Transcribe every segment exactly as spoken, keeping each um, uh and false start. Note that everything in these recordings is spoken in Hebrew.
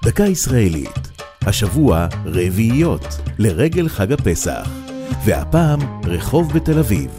דקה ישראלית. השבוע רביעיות לרגל חג הפסח. והפעם רחוב בתל אביב.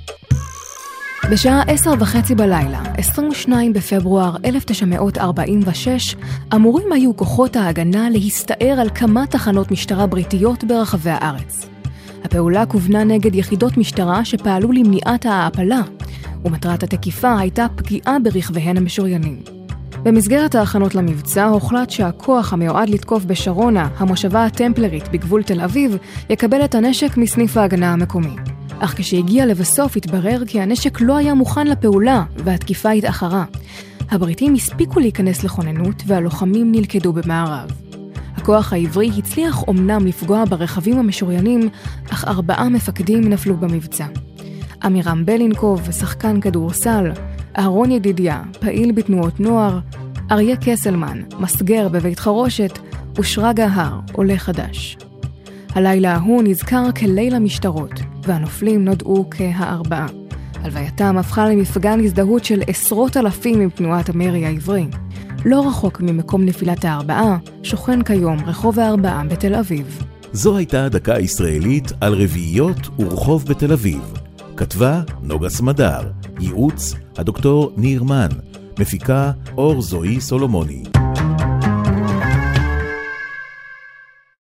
בשעה עשר וחצי בלילה, עשרים ושניים בפברואר אלף תשע מאות ארבעים ושש, אמורים היו כוחות ההגנה להסתער על כמה תחנות משטרה בריטיות ברחבי הארץ. הפעולה כוונה נגד יחידות משטרה שפעלו למניעת ההעפלה, ומטרת התקיפה הייתה פגיעה ברכביהן המשוריינים. במסגרת ההכנות למבצע הוחלט שהכוח המיועד לתקוף בשרונה, המושבה הטמפלרית בגבול תל אביב, יקבל את הנשק מסניף ההגנה המקומי. אך כשהגיע לבסוף התברר כי הנשק לא היה מוכן לפעולה והתקיפה התאחרה. הבריטים הספיקו להיכנס לכוננות והלוחמים נלכדו במערב. הכוח העברי הצליח אומנם לפגוע ברכבים המשוריינים, אך ארבעה מפקדים נפלו במבצע. אמירם בלינקוב, שחקן כדורסל, אהרון ידידיה, פעיל בתנועות נוער, אריה קסלמן, מסגר בבית חרושת, ושרגא הר, עולה חדש. הלילה ההוא נזכר כליל המשטרות, והנופלים נודעו כהארבעה. הלווייתם הפכה למפגן הזדהות של עשרות אלפים עם תנועת המרי העברי. לא רחוק ממקום נפילת הארבעה, שוכן כיום רחוב הארבעה בתל אביב. זו הייתה דקה ישראלית על רביעיות ורחוב בתל אביב. כתבה נוגה סמדר, ייעוץ הדוקטור ניר מן, מפיקה אור זוהי סולומוני.